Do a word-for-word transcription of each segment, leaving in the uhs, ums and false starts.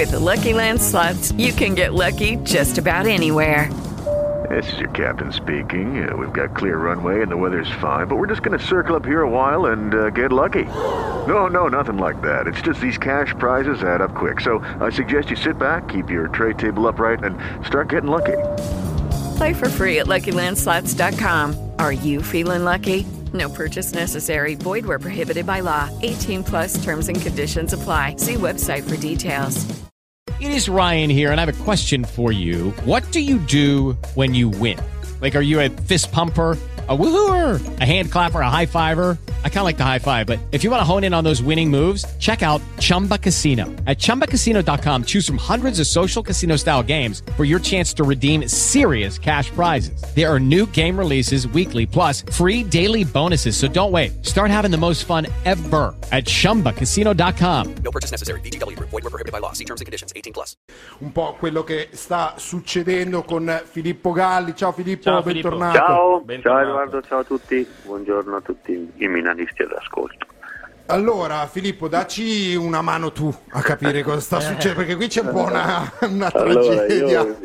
With the Lucky Land Slots, you can get lucky just about anywhere. This is your captain speaking. Uh, we've got clear runway and the weather's fine, but we're just going to circle up here a while and uh, get lucky. No, no, nothing like that. It's just these cash prizes add up quick. So I suggest you sit back, keep your tray table upright, and start getting lucky. Play for free at Lucky Land Slots dot com. Are you feeling lucky? No purchase necessary. Void where prohibited by law. eighteen plus terms and conditions apply. See website for details. It is Ryan here, and I have a question for you. What do you do when you win? Like, are you a fist pumper, a woohooer, a hand clapper, a high fiver? I kind of like the high five, but if you want to hone in on those winning moves, check out Chumba Casino. At chumba casino dot com, choose from hundreds of social casino-style games for your chance to redeem serious cash prizes. There are new game releases weekly, plus free daily bonuses, so don't wait. Start having the most fun ever at chumba casino dot com. No purchase necessary. V G W. Void where prohibited by law. See terms and conditions. eighteen plus. Un po' quello che sta succedendo con Filippo Galli. Ciao Filippo, ciao, bentornato. Filippo. Ciao, bentornato. Ciao Edoardo, ciao a tutti. Buongiorno a tutti i milanisti all'ascolto. Allora Filippo, dacci una mano tu a capire cosa sta succedendo, perché qui c'è un po' una, una allora, tragedia. Io,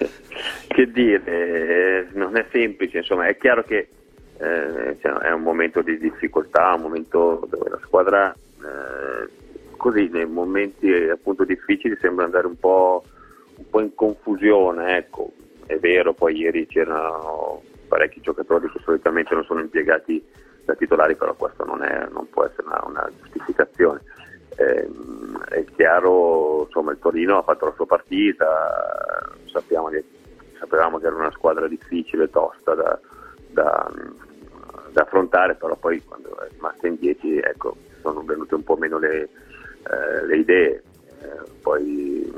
che dire, eh, non è semplice, insomma, è chiaro che eh, cioè, è un momento di difficoltà, un momento dove la squadra eh, così nei momenti eh, appunto difficili sembra andare un po', un po' in confusione, ecco. È vero, poi ieri c'erano parecchi giocatori che solitamente non sono impiegati da titolari, però questo non, è, non può essere una, una giustificazione. Eh, è chiaro, insomma, il Torino ha fatto la sua partita, sappiamo che, sapevamo che era una squadra difficile, tosta da, da, da affrontare, però poi quando è rimasta in dieci, ecco, sono venute un po' meno le, eh, le idee. Eh, poi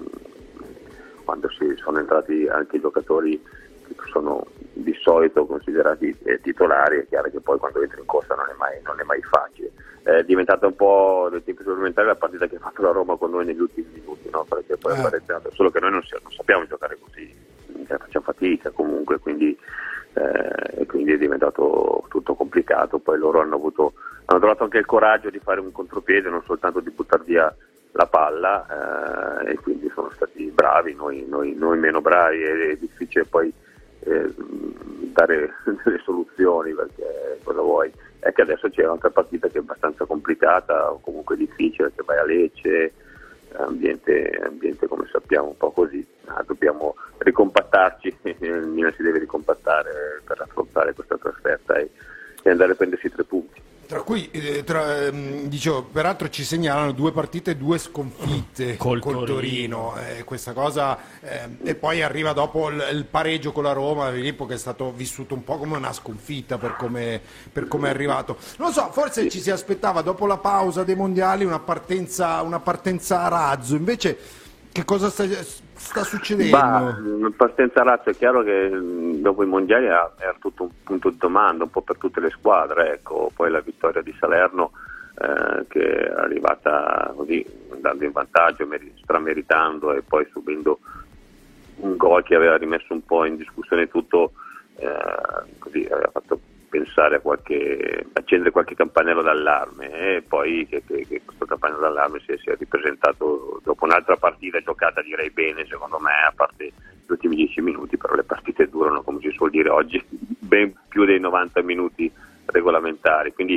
quando si sono entrati anche i giocatori che sono di solito considerati eh, titolari, è chiaro che poi quando entri in corsa non è mai, non è mai facile. È diventata un po' nel tempo supplementare la partita che ha fatto la Roma con noi negli ultimi minuti, no? Perché poi è pareggiato, solo che noi non, non sappiamo giocare così, cioè, facciamo fatica comunque, quindi, eh, quindi è diventato tutto complicato. Poi loro hanno avuto hanno trovato anche il coraggio di fare un contropiede, non soltanto di buttare via la palla, eh, e quindi sono stati bravi, noi, noi, noi meno bravi, è, è difficile poi eh, dare delle soluzioni, perché cosa vuoi? È che adesso c'è un'altra partita che è abbastanza complicata o comunque difficile, che vai a Lecce, ambiente, ambiente come sappiamo un po' così, ah, dobbiamo ricompattarci, il Milan si deve ricompattare per affrontare questa trasferta e, e andare a prendersi tre punti. Tra cui, eh, tra, ehm, dicevo, peraltro ci segnalano due partite e due sconfitte col, col Torino, Torino. Eh, questa cosa, eh, e poi arriva dopo il, il pareggio con la Roma, Filippo, che è stato vissuto un po' come una sconfitta per come, per come è arrivato. Non so, forse ci si aspettava dopo la pausa dei mondiali una partenza, una partenza a razzo, invece che cosa sta, sta succedendo? Bah, partenza a razzo, è chiaro che dopo i mondiali era, era tutto un punto di domanda un po' per tutte le squadre, ecco. Poi la vittoria di Salerno eh, che è arrivata così andando in vantaggio, mer- strameritando e poi subendo un gol che aveva rimesso un po' in discussione tutto, eh, così aveva fatto pensare a qualche accendere qualche campanello d'allarme, e poi che, che, che questo campanello d'allarme si è, si è ripresentato dopo un'altra partita giocata, direi bene secondo me, a parte gli ultimi dieci minuti, però le partite durano, come si suol dire oggi, ben più dei novanta minuti regolamentari, quindi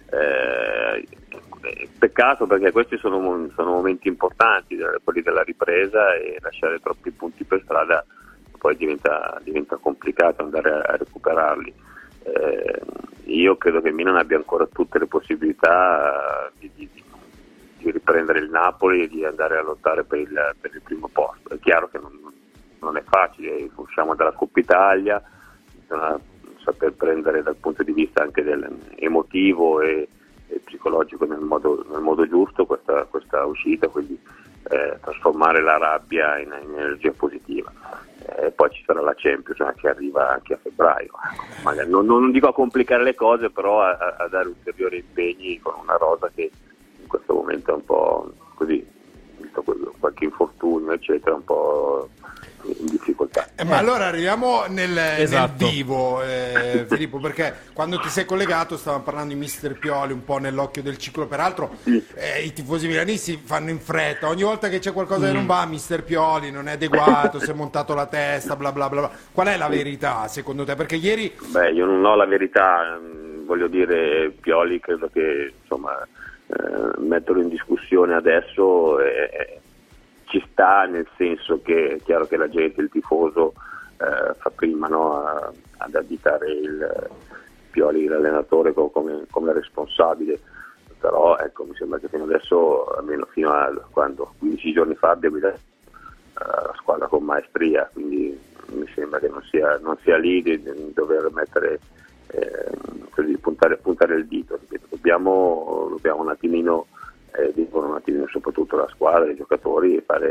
eh, peccato, perché questi sono, sono momenti importanti, quelli della ripresa, e lasciare troppi punti per strada poi diventa, diventa complicato andare a, a recuperarli. Eh, io credo che Milan abbia ancora tutte le possibilità di, di, di riprendere il Napoli e di andare a lottare per il, per il primo posto. È chiaro che non, non è facile, usciamo dalla Coppa Italia, bisogna saper prendere dal punto di vista anche del emotivo e, e psicologico nel modo, nel modo giusto questa, questa uscita, quindi eh, trasformare la rabbia in, in energia positiva. E poi ci sarà la Champions, eh, che arriva anche a febbraio, magari non, non dico a complicare le cose, però a, a dare ulteriori impegni con una rosa che in questo momento è un po' così, visto qualche infortunio eccetera, un po' in difficoltà. Eh, ma allora arriviamo nel, Esatto. nel vivo, eh, Filippo, perché quando ti sei collegato stavamo parlando di mister Pioli, un po' nell'occhio del ciclo, peraltro eh, i tifosi milanisti fanno in fretta, ogni volta che c'è qualcosa che non va, mister Pioli non è adeguato, si è montato la testa, bla bla bla bla. Qual è la verità secondo te? Perché ieri... Beh, io non ho la verità, mh, voglio dire, Pioli credo che insomma eh, metterlo in discussione adesso è, ci sta, nel senso che è chiaro che la gente, il tifoso eh, fa prima, no, a, ad additare il Pioli, l'allenatore, come, come responsabile, però ecco, mi sembra che fino adesso, almeno fino a quando quindici giorni fa, abbia guidato uh, la squadra con maestria, quindi mi sembra che non sia, non sia lì di, di dover mettere eh, così, puntare, puntare il dito. Dobbiamo, dobbiamo un attimino eh, devono un attimino soprattutto la squadra, i giocatori, fare,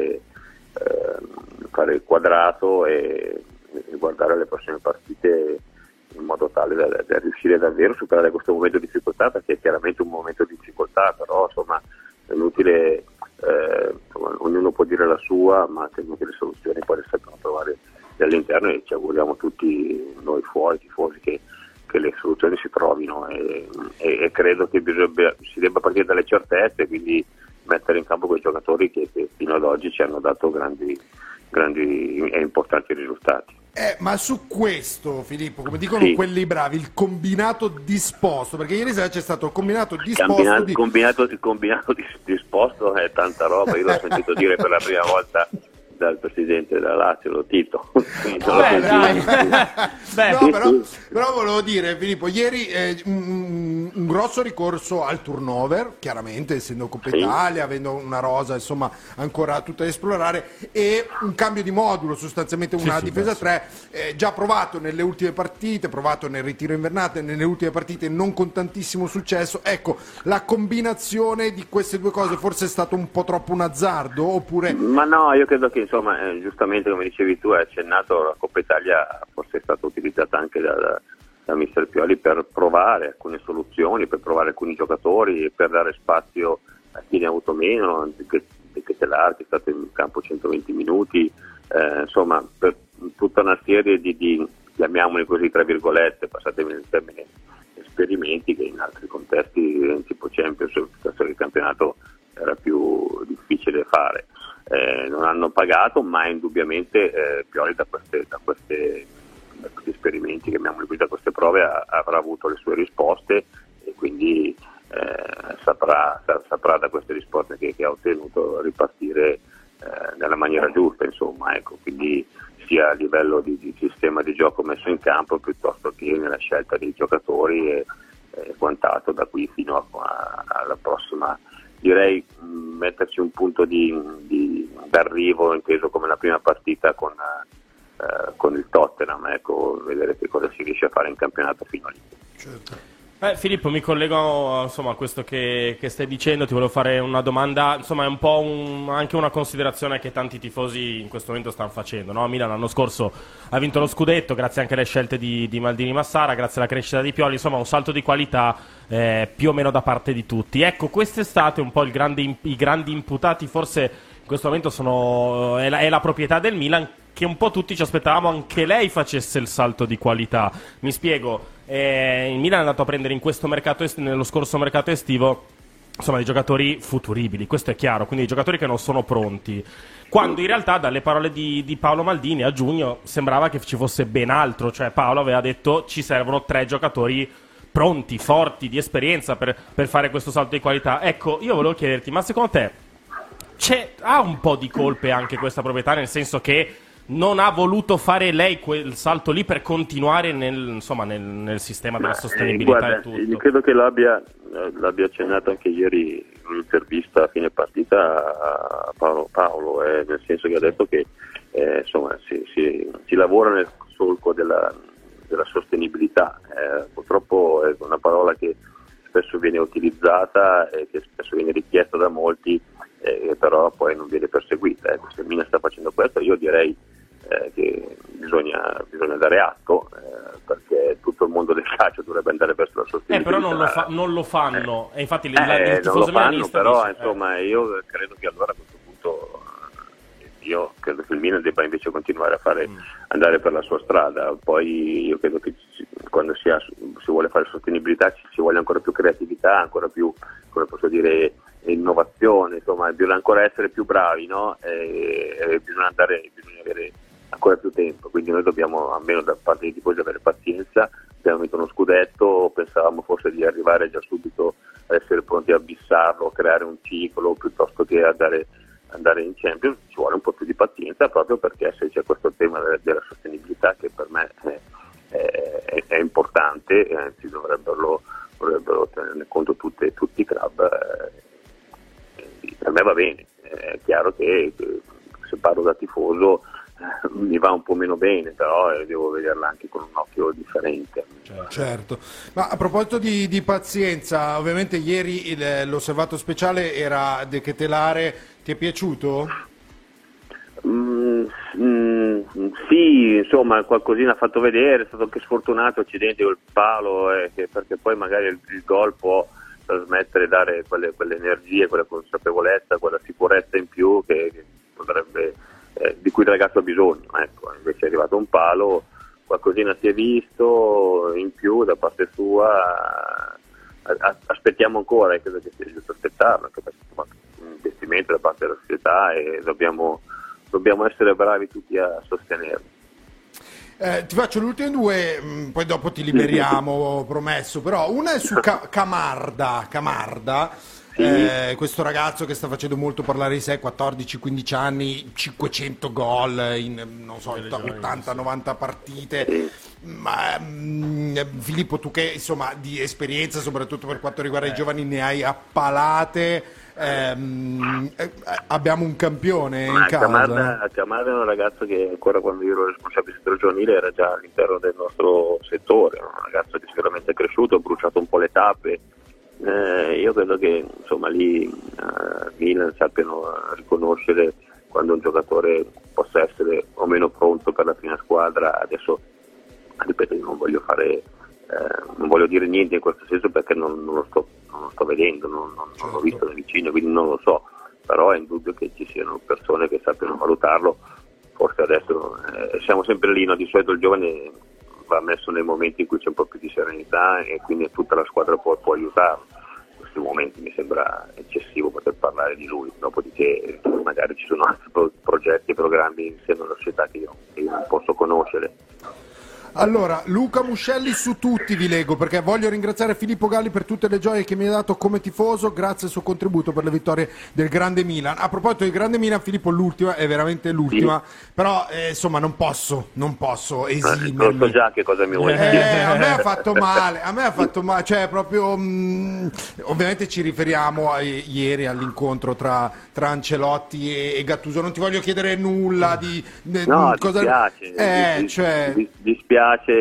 eh, fare il quadrato e, e guardare le prossime partite in modo tale da, da riuscire davvero a superare questo momento di difficoltà, perché è chiaramente un momento di difficoltà, però insomma è inutile, eh, insomma, ognuno può dire la sua, ma credo che le soluzioni poi le sappiamo trovare dall'interno e ci auguriamo tutti noi fuori, tifosi, che, che le soluzioni si trovino e, e, e credo che bisogna, si debba partire dalle certezze, quindi mettere in campo quei giocatori che, che fino ad oggi ci hanno dato grandi, grandi e importanti risultati. Eh, ma su questo, Filippo, come dicono sì. quelli bravi, il combinato disposto, perché ieri sera c'è stato il combinato disposto Combinato, di... combinato, il combinato disposto è tanta roba, io l'ho sentito dire per la prima volta dal presidente della Lazio, lo Tito. Beh, dai. Beh, no, però, però volevo dire, Filippo, ieri eh, un, un grosso ricorso al turnover, chiaramente essendo Coppa Sì. Italia, avendo una rosa insomma ancora tutta da esplorare, e un cambio di modulo, sostanzialmente una Sì, sì, difesa beh, sì. tre, eh, già provato nelle ultime partite, provato nel ritiro invernale, nelle ultime partite non con tantissimo successo. Ecco, la combinazione di queste due cose forse è stato un po' troppo un azzardo, oppure... Ma no, io credo che insomma, eh, giustamente come dicevi tu, hai accennato, la Coppa Italia forse è stata utilizzata anche da, da, da mister Pioli per provare alcune soluzioni, per provare alcuni giocatori, per dare spazio a chi ne ha avuto meno, che, che Telar, che è stato in campo centoventi minuti, eh, insomma per tutta una serie di, di, chiamiamoli così tra virgolette, passatemi il termine, esperimenti che in altri contesti, tipo Champions, piuttosto che il campionato, era più difficile fare. Eh, non hanno pagato, ma indubbiamente eh, Pioli da, queste, da, queste, da questi esperimenti, chiamiamoli qui, da queste prove ha, avrà avuto le sue risposte e quindi eh, saprà, saprà da queste risposte che, che ha ottenuto ripartire eh, nella maniera giusta, insomma, ecco, quindi sia a livello di, di sistema di gioco messo in campo piuttosto che nella scelta dei giocatori e, e quant'altro da qui fino a, a, alla prossima. Direi mh, metterci un punto di, di d'arrivo, inteso come la prima partita con, eh, con il Tottenham, ecco, vedere che cosa si riesce a fare in campionato fino lì. Certo. Eh, Filippo, mi collego insomma a questo che, che stai dicendo, ti volevo fare una domanda, insomma è un po' un, anche una considerazione che tanti tifosi in questo momento stanno facendo, no? Milan l'anno scorso ha vinto lo scudetto grazie anche alle scelte di, di Maldini Massara, grazie alla crescita di Pioli, insomma un salto di qualità eh, più o meno da parte di tutti. Ecco, quest'estate un po' il grande, i grandi imputati forse in questo momento sono è la, è la proprietà del Milan, che un po' tutti ci aspettavamo anche lei facesse il salto di qualità. Mi spiego, eh, il Milan è andato a prendere in questo mercato est- nello scorso mercato estivo insomma dei giocatori futuribili, questo è chiaro, quindi dei giocatori che non sono pronti, quando in realtà dalle parole di, di Paolo Maldini a giugno sembrava che ci fosse ben altro, cioè Paolo aveva detto ci servono tre giocatori pronti, forti, di esperienza per, per fare questo salto di qualità. Ecco, io volevo chiederti, ma secondo te c'è, ha un po' di colpe anche questa proprietà, nel senso che non ha voluto fare lei quel salto lì per continuare nel, insomma, nel, nel sistema della sostenibilità, eh, guarda, e tutto? Io credo che l'abbia, l'abbia accennato anche ieri in un'intervista a fine partita a Paolo, Paolo eh, nel senso che ha detto che eh, insomma, si, si, si lavora nel solco della, della sostenibilità. Eh, purtroppo è una parola che spesso viene utilizzata e che spesso viene richiesta da molti, eh, però poi non viene perseguita. Ecco, se il Milan sta facendo questo, io direi eh, che bisogna, bisogna dare atto, eh, perché tutto il mondo del calcio dovrebbe andare verso la sostenibilità. Eh, però non lo, fa- non lo fanno, eh. E infatti il, eh, il non tifoso lo fanno, milanista però dice, insomma eh. io credo che allora a questo punto io credo che il Milan debba invece continuare a fare andare per la sua strada. Poi io credo che ci, quando si, ha, si vuole fare sostenibilità ci, ci voglia ancora più creatività, ancora più, come posso dire, innovazione, insomma bisogna ancora essere più bravi, no? E, e bisogna andare, bisogna avere ancora più tempo, quindi noi dobbiamo, almeno da parte dei tifosi, avere pazienza. Abbiamo vinto uno scudetto, pensavamo forse di arrivare già subito a essere pronti a bissarlo, a creare un ciclo piuttosto che andare, andare in Champions. Ci vuole un po' più di pazienza, proprio perché se c'è questo tema della, della sostenibilità, che per me è, è, è importante, e anzi dovrebbero, dovrebbero tenerne conto tutte, tutti i club, eh, per me va bene. È chiaro che, che se parlo da tifoso mi va un po' meno bene, però eh, devo vederla anche con un occhio differente. Certo, ma a proposito di, di pazienza, ovviamente ieri il, l'osservato speciale era De Ketelare, ti è piaciuto? Mm, mm, sì, insomma qualcosina ha fatto vedere, è stato anche sfortunato, accidenti col palo, eh, che, perché poi magari il, il gol può trasmettere, dare quelle, quelle energie, quella consapevolezza, quella sicurezza in più che, che potrebbe Eh, di cui il ragazzo ha bisogno, ecco. Invece è arrivato un palo, qualcosina si è visto in più da parte sua, a, a, aspettiamo ancora, e credo che sia giusto aspettarlo, anche perché è un investimento da parte della società e dobbiamo, dobbiamo essere bravi tutti a sostenerlo. Eh, ti faccio le ultime due, mh, poi dopo ti liberiamo, promesso, però una è su Ca- Camarda, Camarda. Sì. Eh, questo ragazzo che sta facendo molto parlare di sé, quattordici quindici anni, cinquecento gol in non so, ottanta novanta partite. Ma mh, Filippo, tu che insomma di esperienza soprattutto per quanto riguarda i giovani ne hai appalate, ehm, eh, abbiamo un campione in Ma casa. Camarda, Camarda è un ragazzo che ancora quando io ero responsabile del settore giovanile era già all'interno del nostro settore, un ragazzo che sicuramente è cresciuto, ha bruciato un po' le tappe. Eh, io credo che insomma lì uh, Milan sappiano riconoscere quando un giocatore possa essere o meno pronto per la prima squadra. Adesso ripeto, io non voglio fare eh, non voglio dire niente in questo senso perché non, non, lo, sto, non lo sto vedendo, non, non, non l'ho visto da vicino, quindi non lo so, però è indubbio che ci siano persone che sappiano valutarlo. Forse adesso eh, siamo sempre lì, no? Di solito il giovane va messo nei momenti in cui c'è un po' più di serenità e quindi tutta la squadra può, può aiutarlo. In questi momenti mi sembra eccessivo poter parlare di lui, dopodiché magari ci sono altri pro- progetti e programmi insieme alla società che io, che io non posso conoscere. Allora, Luca Muscelli su tutti vi leggo, perché voglio ringraziare Filippo Galli per tutte le gioie che mi ha dato come tifoso, grazie al suo contributo per le vittorie del grande Milan. A proposito del grande Milan, Filippo, l'ultima è veramente l'ultima, sì. Però eh, insomma non posso, non posso esimermi. Non so già che cosa mi vuoi eh, dire. A me ha fatto male, a me ha fatto male, cioè proprio mh, ovviamente ci riferiamo a, ieri all'incontro tra, tra Ancelotti e, e Gattuso. Non ti voglio chiedere nulla di, di no, cosa dispiace, eh, dis, cioè... dis, dispiace.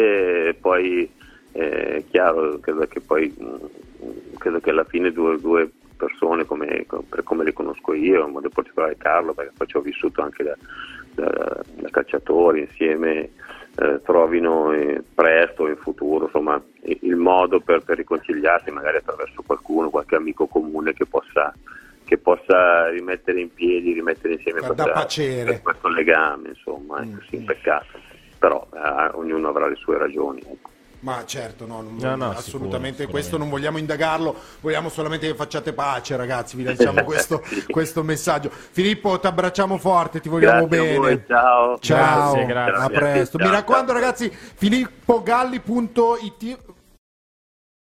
Poi è eh, chiaro, credo che poi mh, credo che alla fine due, due persone come, per come le conosco io, in modo particolare Carlo, perché poi ci ho vissuto anche da, da, da calciatori insieme, eh, trovino eh, presto in futuro insomma il modo per, per riconciliarsi, magari attraverso qualcuno, qualche amico comune che possa che possa rimettere in piedi, rimettere insieme questa, questo legame, insomma, mm. Sì, un peccato. Però eh, ognuno avrà le sue ragioni. Ecco. Ma certo, no, non, no, no, assolutamente sicuro, questo non vogliamo indagarlo, vogliamo solamente che facciate pace, ragazzi, vi lanciamo questo, sì. questo messaggio. Filippo, ti abbracciamo forte, ti vogliamo grazie bene. A voi, ciao. Ciao, grazie, grazie. A presto. Ciao, Mi raccomando ciao. ragazzi, filippogalli punto it